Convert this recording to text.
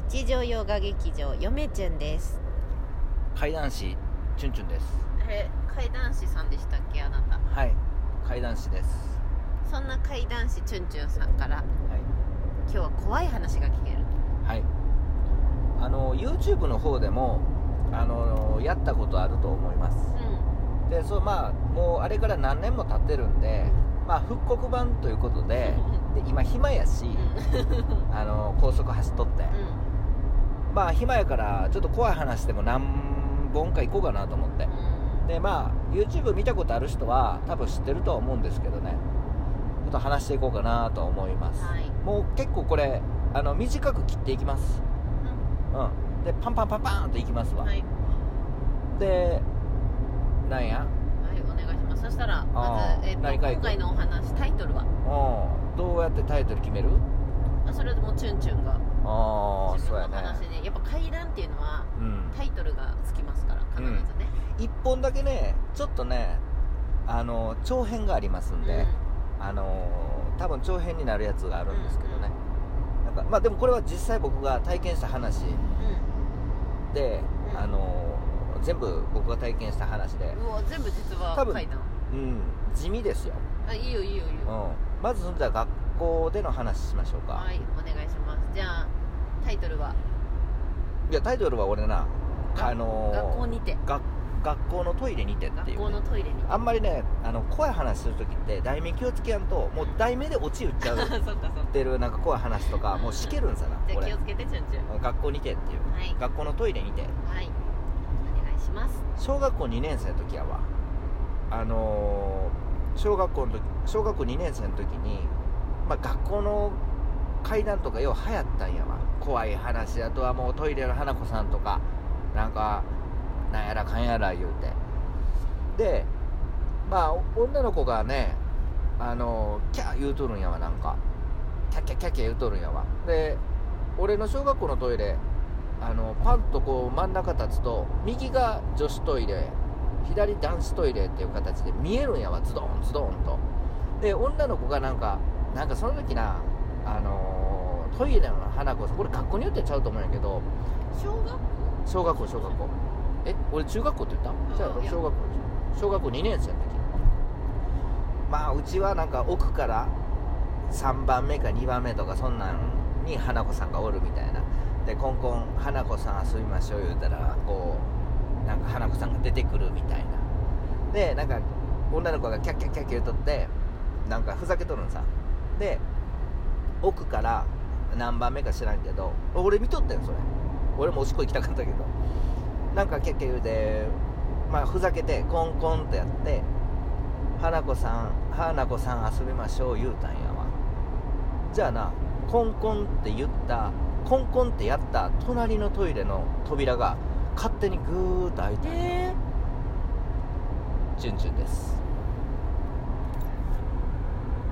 日常洋画劇場よめちゅんです。 怪談師チュンチュンです。 怪談師さんでしたっけ、あなた。 はい、怪談師です。 そんな怪談師チュンチュンさんから、 はい、 今日は怖い話が聞ける。 はい、YouTube の方でもやったことあると思います。で、もうあれから何年も経ってるんで、復刻版ということで、今暇やし、高速走っとって、暇やからちょっと怖い話でも何本か行こうかなと思って、でYouTube 見たことある人は多分知ってるとは思うんですけどね、ちょっと話していこうかなと思います。もう結構これ短く切っていきます。でパンパンパンパンといきますわ。でなんや、 お願いします。そしたらまず、今回のお話、タイトルはどうやってタイトル決める？ それでもチュンチュンが自分の話で、やっぱ怪談っていうのは、タイトルがつきますから必ずね、 一本だけねちょっとね長編がありますんで、多分長編になるやつがあるんですけどね、なんかでもこれは実際僕が体験した話で、全部僕が体験した話で、 全部実は怪談、 地味ですよ。 いいよ、 まずじゃあ学校での話しましょうか。 はい、お願いします。じゃあタイトルは？ いや、タイトルは俺な、 学校にて、 学校のトイレにてっていう、 学校のトイレにて。 あんまりね怖い話するときって題名気をつけやんと、もう題名でオチ打っちゃうってるなんか怖い話とかもうしけるんさな。 じゃあ気をつけて、チュンチュン。 学校にてっていう、学校のトイレにて。 はい、お願いします。 小学校2年生の時やわ。小学校2年生の時に、学校の怪談とかよう流行ったんやわ。怖い話。あとはもうトイレの花子さんとかなんやらかんやら言うて、で女の子がねキャー言うとるんやわ。なんかキャッキャッキャッキャ言うとるんやわ。で俺の小学校のトイレパンとこう真ん中立つと、右が女子トイレ、左男子トイレっていう形で見えるんやわ。ズドンズドンと。で女の子がなんかその時なトイレの花子さん、これ学校によってちゃうと思うんやけど、小学校俺中学校って言った？じゃあ小学校2年生の時、うちはなんか奥から3番目か2番目とかそんなんに花子さんがおるみたいな。でコンコン花子さん遊びましょう言うたら、こうなんか花子さんが出てくるみたいな。でなんか女の子がキャッキャッキャッキャ言うとって、なんかふざけとるんさ。で奥から何番目か知らんけど、俺見とったよそれ。俺もおしっこ行きたかったけど、なんかキャッキャ言うてふざけてコンコンとやって、花子さん遊びましょう言うたんやわ。じゃあな、コンコンってやった隣のトイレの扉が勝手にグーッと開いたんや。チュンチュンです。